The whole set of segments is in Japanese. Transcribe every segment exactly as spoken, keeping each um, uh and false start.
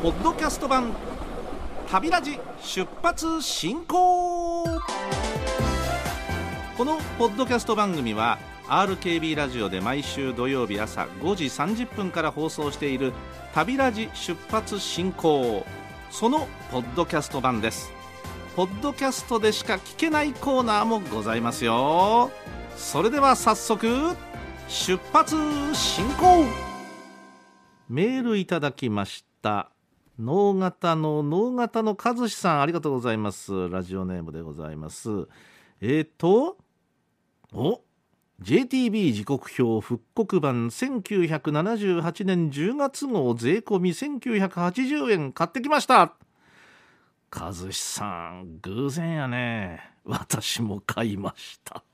ポッドキャスト版旅ラジ出発進行。このポッドキャスト番組は アールケービー ラジオで毎週土曜日朝ごじさんじゅっぷんから放送している旅ラジ出発進行、そのポッドキャスト版です。ポッドキャストでしか聞けないコーナーもございますよ。それでは早速出発進行。メールいただきました。脳型の脳型の和志さん、ありがとうございます。ラジオネームでございます。えーとお ジェーティービー 時刻表復刻版せんきゅうひゃくななじゅうはちねんじゅうがつ号税込みせんきゅうひゃくはちじゅうえん買ってきました。和志さん、偶然やね。私も買いました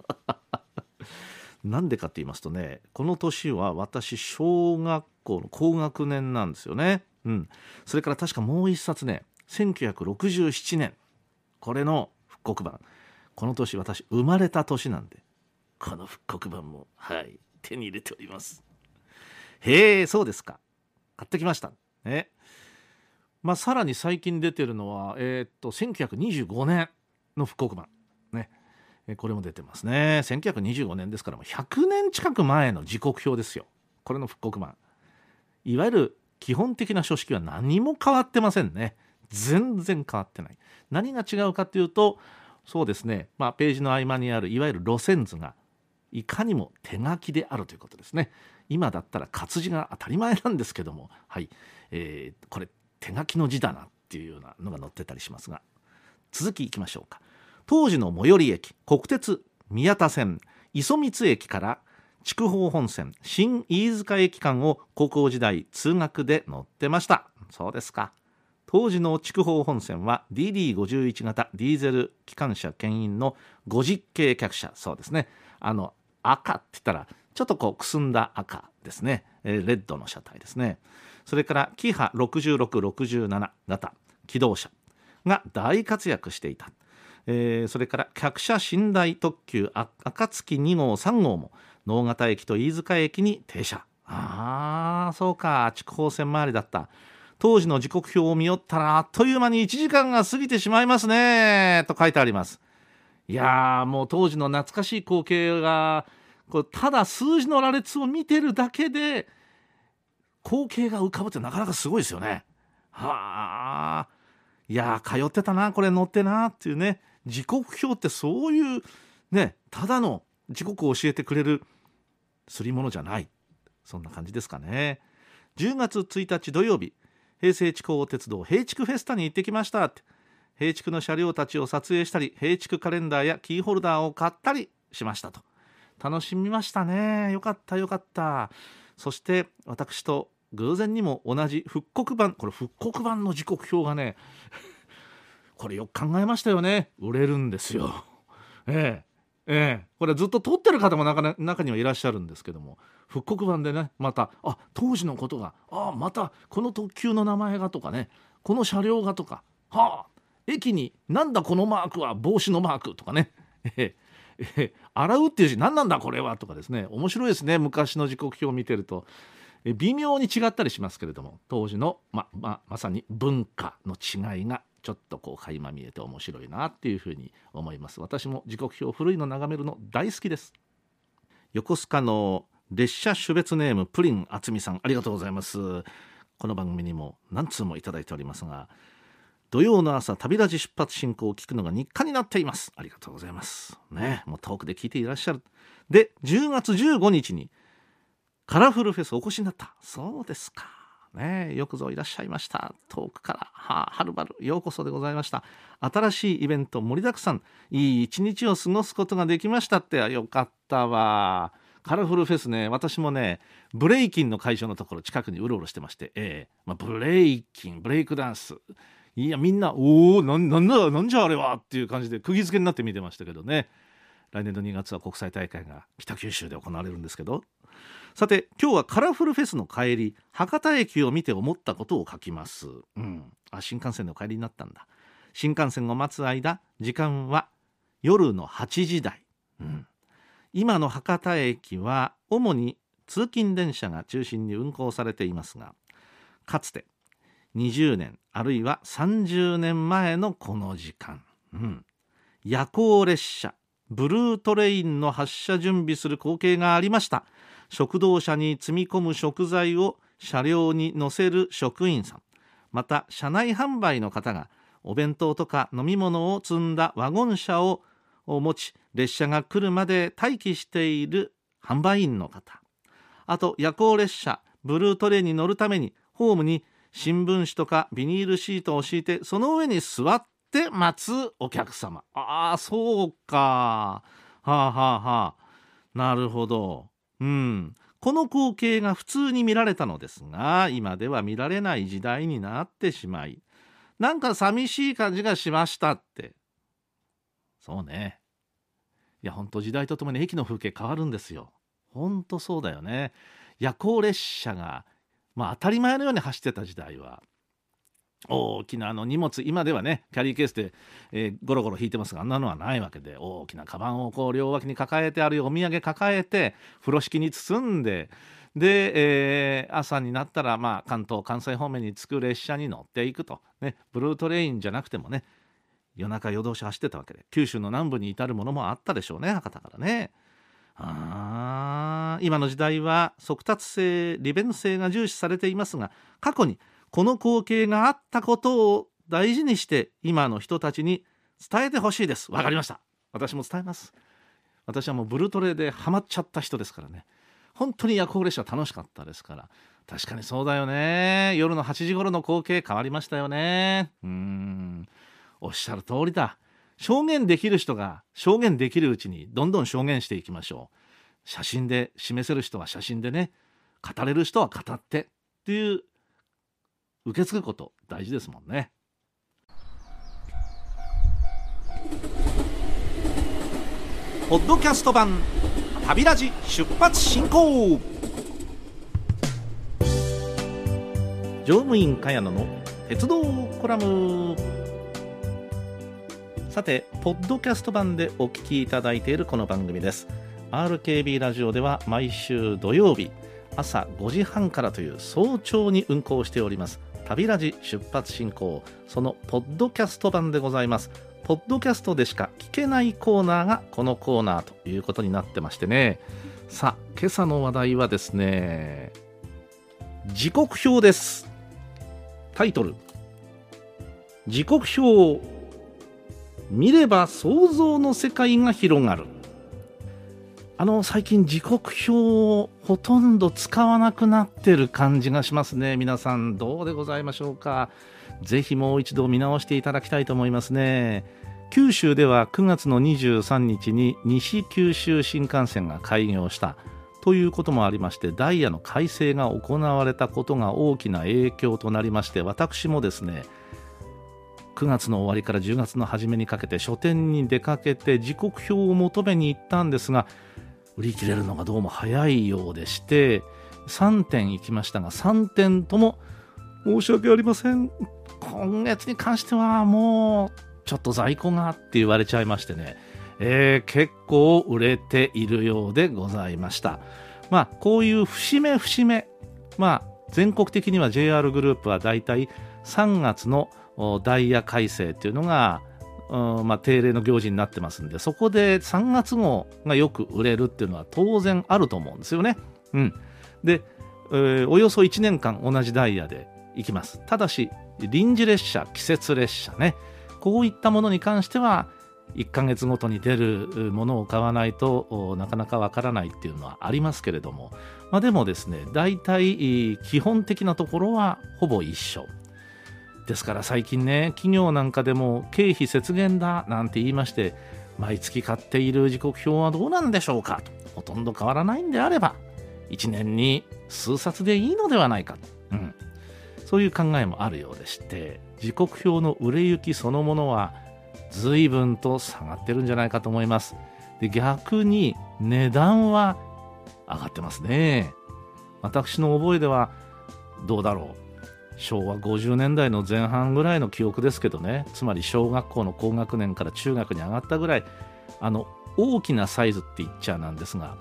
なんでかって言いますとね、この年は私小学校の高学年なんですよね。うん。それから確かもう一冊ね、せんきゅうひゃくろくじゅうななねん、これの復刻版。この年私生まれた年なんで、この復刻版もはい手に入れております。へえ、そうですか。買ってきました。ね。まあさらに最近出てるのはえー、っとせんきゅうひゃくにじゅうごねんの復刻版ね。これも出てますね。せんきゅうひゃくにじゅうごねんですからもうひゃくねん近く前の時刻表ですよ。これの復刻版。いわゆる基本的な書式は何も変わってませんね。全然変わってない。何が違うかというと、そうですね、まあ、ページの合間にあるいわゆる路線図がいかにも手書きであるということですね。今だったら活字が当たり前なんですけども、はい、えー、これ手書きの字だなっていうようなのが載ってたりしますが、続きいきましょうか。当時の最寄り駅、国鉄宮田線磯光駅から筑豊本線新飯塚駅間を高校時代通学で乗ってました。そうですか。当時の筑豊本線は ディーディーごじゅういち 型ディーゼル機関車牽引のごじゅっ系客車。そうですね。あの赤って言ったらちょっとこうくすんだ赤ですね。えー、レッドの車体ですね。それからキハろくじゅうろく、ろくじゅうなな型機動車が大活躍していた。えー、それから客車寝台特急暁に号さん号も直方駅と飯塚駅に停車。ああ、そうか、筑豊線周りだった。当時の時刻表を見よったらあっという間にいちじかんが過ぎてしまいますねと書いてあります。いやー、もう当時の懐かしい光景がこうただ数字の羅列を見てるだけで光景が浮かぶってなかなかすごいですよね。はあ、いやー通ってたなこれ乗ってなっていうね。時刻表ってそういうね、ただの時刻を教えてくれるすり物じゃない、そんな感じですかね。じゅうがつついたち土曜日、平成筑豊鉄道平築フェスタに行ってきましたって。平築の車両たちを撮影したり、平築カレンダーやキーホルダーを買ったりしましたと。楽しみましたね。よかったよかった。そして私と偶然にも同じ復刻版、これ復刻版の時刻表がねこれよく考えましたよね。売れるんですよ。ええええ、これずっと撮ってる方も中に、中にはいらっしゃるんですけども、復刻版でね、またあ当時のことが、あまたこの特急の名前がとかね、この車両がとか、はあ駅になんだこのマークは帽子のマークとかね、ええええ、洗うっていう字何なんだこれはとかですね、面白いですね。昔の時刻表を見てるとえ微妙に違ったりしますけれども、当時の ま, ま, まさに文化の違いがちょっとこう垣間見えて面白いなっていうふうに思います。私も時刻表古いの眺めるの大好きです。横須賀の列車種別ネームプリンあつみさん、ありがとうございます。この番組にも何通もいただいておりますが、土曜の朝旅ラジ出発進行を聞くのが日課になっています。ありがとうございますね。もう遠くで聞いていらっしゃる。でじゅうがつじゅうごにちにカラフルフェスお越しになった。そうですかね、よくぞいらっしゃいました。遠くからははるばるようこそでございました。新しいイベント盛りだくさん、いい一日を過ごすことができましたって。よかったわ。カラフルフェスね、私もねブレイキンの会場のところ近くにうろうろしてまして、えーまあ、ブレイキンブレイクダンス、いやみんなおお な, なんだなんじゃあれはっていう感じで釘付けになって見てましたけどね。来年のにがつは国際大会が北九州で行われるんですけど、さて今日はカラフルフェスの帰り、博多駅を見て思ったことを書きます。うん、あ新幹線の帰りになったんだ。新幹線を待つ間、時間は夜のはちじ台、うん、今の博多駅は主に通勤電車が中心に運行されていますが、かつてにじゅうねんあるいはさんじゅうねんまえのこの時間、うん、夜行列車ブルートレインの発車準備する光景がありました。食堂車に積み込む食材を車両に乗せる職員さん、また車内販売の方がお弁当とか飲み物を積んだワゴン車を持ち列車が来るまで待機している販売員の方、あと夜行列車ブルートレインに乗るためにホームに新聞紙とかビニールシートを敷いてその上に座って待つお客様。ああそうか、はあはあはあ、なるほど。うん、この光景が普通に見られたのですが、今では見られない時代になってしまい、なんか寂しい感じがしましたって。そうね。いや本当時代とともに駅の風景変わるんですよ。本当そうだよね。夜行列車がまあ当たり前のように走ってた時代は、大きなあの荷物、今ではねキャリーケースで、えー、ゴロゴロ引いてますが、あんなのはないわけで、大きなカバンをこう両脇に抱えて、あるいはお土産抱えて風呂敷に包んで、で、えー、朝になったら、まあ、関東関西方面に着く列車に乗っていくと、ね、ブルートレインじゃなくてもね夜中夜通し走ってたわけで、九州の南部に至るものもあったでしょうね、博多からね。あ今の時代は速達性利便性が重視されていますが、過去にこの光景があったことを大事にして今の人たちに伝えてほしいです。わかりました。私も伝えます。私はもうブルトレでハマっちゃった人ですからね。本当に夜行列車楽しかったですから。確かにそうだよね。夜のはちじ頃の光景変わりましたよね。うーん、おっしゃる通りだ。証言できる人が証言できるうちにどんどん証言していきましょう。写真で示せる人は写真でね、語れる人は語ってっていう受け継ぐこと大事ですもんね。ポッドキャスト版旅ラジ出発進行。乗務員茅野の鉄道コラム。さてポッドキャスト版でお聞きいただいているこの番組です。 アールケービー ラジオでは毎週土曜日朝ごじはんからという早朝に運行しております旅ラジ出発進行、そのポッドキャスト版でございます。ポッドキャストでしか聞けないコーナーがこのコーナーということになってましてね。さあ今朝の話題はですね、時刻表です。タイトル、時刻表見れば想像の世界が広がる。あの最近時刻表をほとんど使わなくなってる感じがしますね。皆さんどうでございましょうか。ぜひもう一度見直していただきたいと思いますね。九州ではくがつのにじゅうさんにちに西九州新幹線が開業したということもありまして、ダイヤの改正が行われたことが大きな影響となりまして、私もですねくがつの終わりからじゅうがつの初めにかけて書店に出かけて時刻表を求めに行ったんですが、売り切れるのがどうも早いようでして、さんてん行きましたがさんてんとも申し訳ありません、今月に関してはもうちょっと在庫がって言われちゃいましてね、えー、結構売れているようでございました。まあこういう節目節目、まあ全国的には ジェイアール グループはだいたいさんがつのダイヤ改正っていうのが、うんまあ、定例の行事になってますんで、そこでさんがつ号がよく売れるっていうのは当然あると思うんですよね。うん、で、えー、およそいちねんかん同じダイヤで行きます。ただし臨時列車、季節列車ね、こういったものに関してはいっかげつごとに出るものを買わないとなかなかわからないっていうのはありますけれども、まあ、でもですね、大体基本的なところはほぼ一緒ですから、最近ね企業なんかでも経費節減だなんて言いまして、毎月買っている時刻表はどうなんでしょうかと、ほとんど変わらないんであればいちねんに数冊でいいのではないか、うん、そういう考えもあるようでして、時刻表の売れ行きそのものは随分と下がってるんじゃないかと思います。で、逆に値段は上がってますね。私の覚えではどうだろう、しょうわごじゅうねんだいの前半ぐらいの記憶ですけどね、つまり小学校の高学年から中学に上がったぐらい、あの大きなサイズって言っちゃなんですが、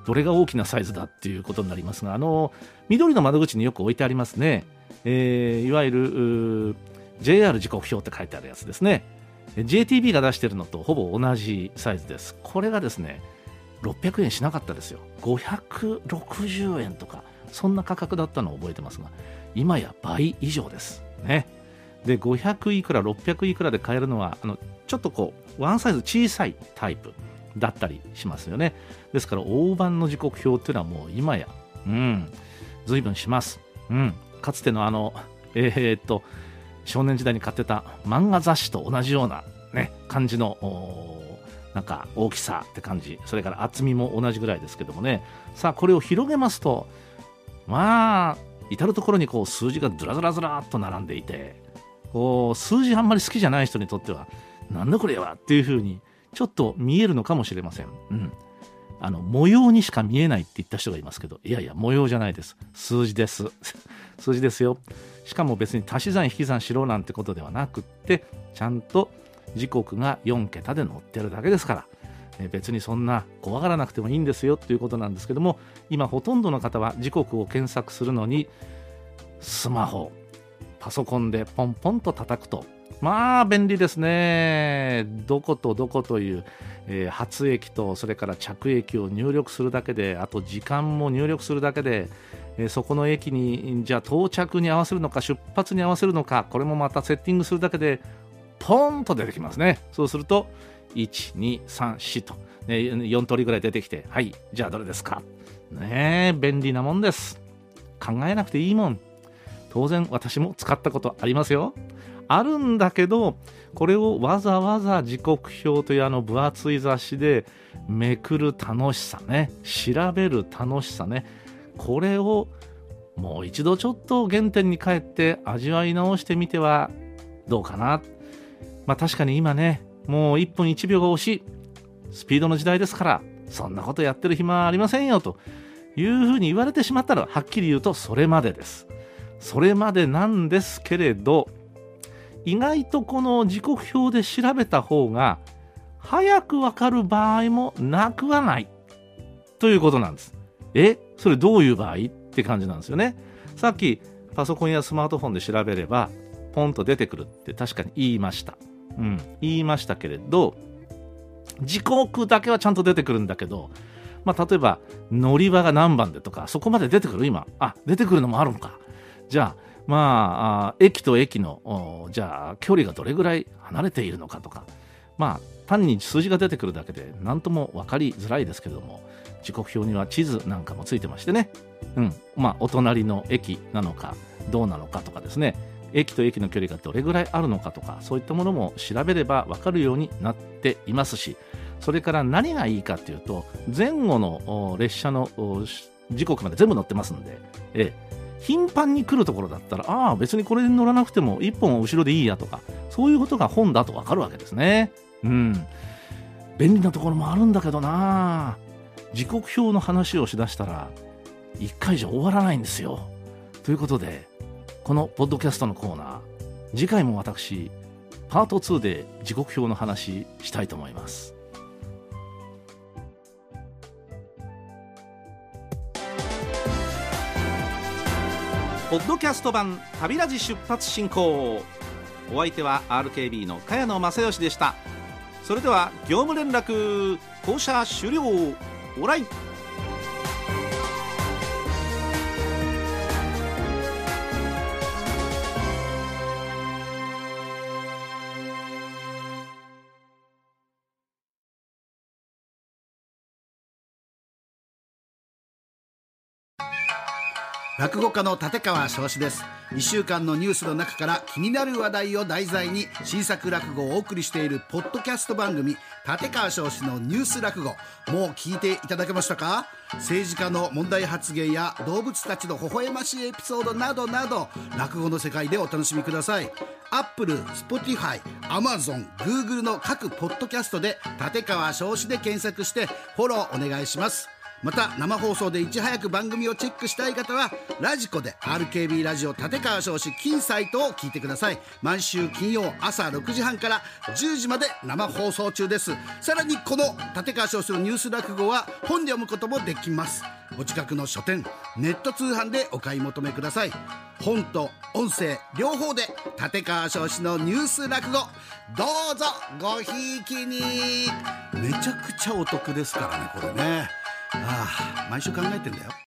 どれが大きなサイズだっていうことになりますが、あの緑の窓口によく置いてありますね、えー、いわゆる ジェイアール 時刻表って書いてあるやつですね。 ジェイティービー が出してるのとほぼ同じサイズです。これがですねろっぴゃくえんしなかったですよ。ごひゃくろくじゅうえんとかそんな価格だったのを覚えてますが、今や倍以上ですね。でごひゃくいくらろっぴゃくいくらで買えるのはあのちょっとこうワンサイズ小さいタイプだったりしますよね。ですから大判の時刻表っていうのはもう今やうん随分します、うん、かつてのあのえー、っと少年時代に買ってた漫画雑誌と同じような、ね、感じのなんか大きさって感じ、それから厚みも同じぐらいですけどもね。さあこれを広げますとまあ至る所にこう数字がずらずらずらっと並んでいて、こう数字あんまり好きじゃない人にとってはなんだこれはっていう風にちょっと見えるのかもしれません、うん、あの模様にしか見えないって言った人がいますけど、いやいや模様じゃないです、数字です数字ですよ。しかも別に足し算引き算しろなんてことではなくって、ちゃんと時刻がよんけたで載ってるだけですから、え別にそんな怖がらなくてもいいんですよということなんですけども、今ほとんどの方は時刻を検索するのにスマホパソコンでポンポンと叩くとまあ便利ですね。どことどこという、えー、発駅とそれから着駅を入力するだけで、あと時間も入力するだけで、えー、そこの駅にじゃあ到着に合わせるのか出発に合わせるのか、これもまたセッティングするだけでポンと出てきますね。そうするといち、に、さん、よんと、ね、よん通りぐらい出てきて、はいじゃあどれですかね。便利なもんです。考えなくていいもん。当然私も使ったことありますよ。あるんだけど、これをわざわざ時刻表というあの分厚い雑誌でめくる楽しさね、調べる楽しさね、これをもう一度ちょっと原点に帰って味わい直してみてはどうかな。まあ確かに今ね、もういっぷんいちびょうが惜しいスピードの時代ですから、そんなことやってる暇はありませんよというふうに言われてしまったら、はっきり言うとそれまでです。それまでなんですけれど、意外とこの時刻表で調べた方が早くわかる場合もなくはないということなんです。え、それどういう場合って感じなんですよね。さっきパソコンやスマートフォンで調べればポンと出てくるって確かに言いました、うん、言いましたけれど、時刻だけはちゃんと出てくるんだけど、まあ、例えば乗り場が何番でとかそこまで出てくる。今あ出てくるのもあるのか。じゃあまあ、駅と駅のじゃあ距離がどれぐらい離れているのかとか、まあ単に数字が出てくるだけで何とも分かりづらいですけれども、時刻表には地図なんかもついてましてね、うん、まあお隣の駅なのかどうなのかとかですね、駅と駅の距離がどれぐらいあるのかとか、そういったものも調べれば分かるようになっていますし、それから何がいいかというと、前後の列車の時刻まで全部載ってますんで、ええ頻繁に来るところだったら、ああ別にこれに乗らなくても一本後ろでいいやとか、そういうことが本だとわかるわけですね。うん、便利なところもあるんだけどな、時刻表の話をしだしたらいっかいじゃ終わらないんですよ。ということでこのポッドキャストのコーナー、次回も私パートツーで時刻表の話したいと思います。ポッドキャスト版旅ラジ出発進行。お相手は アールケービー の茅野正義でした。それでは業務連絡降車終了。オライ。 落語家の立川翔志です。いっしゅうかんのニュースの中から気になる話題を題材に新作落語をお送りしているポッドキャスト番組、立川翔志のニュース落語、もう聞いていただけましたか？政治家の問題発言や動物たちの微笑ましいエピソードなどなど、落語の世界でお楽しみください。アップル、Spotify、Amazon、Google の各ポッドキャストで立川翔志で検索してフォローお願いします。 また生放送でいち早く番組をチェックしたい方はラジコで アールケービー ラジオ立川翔志金サイトを聞いてください。毎週金曜朝ろくじはんからじゅうじまで生放送中です。さらにこの立川翔志のニュース落語は本で読むこともできます。お近くの書店、ネット通販でお買い求めください。本と音声両方で立川翔志のニュース落語、どうぞごひいきに。めちゃくちゃお得ですからねこれね。ああ、毎週考えてんだよ。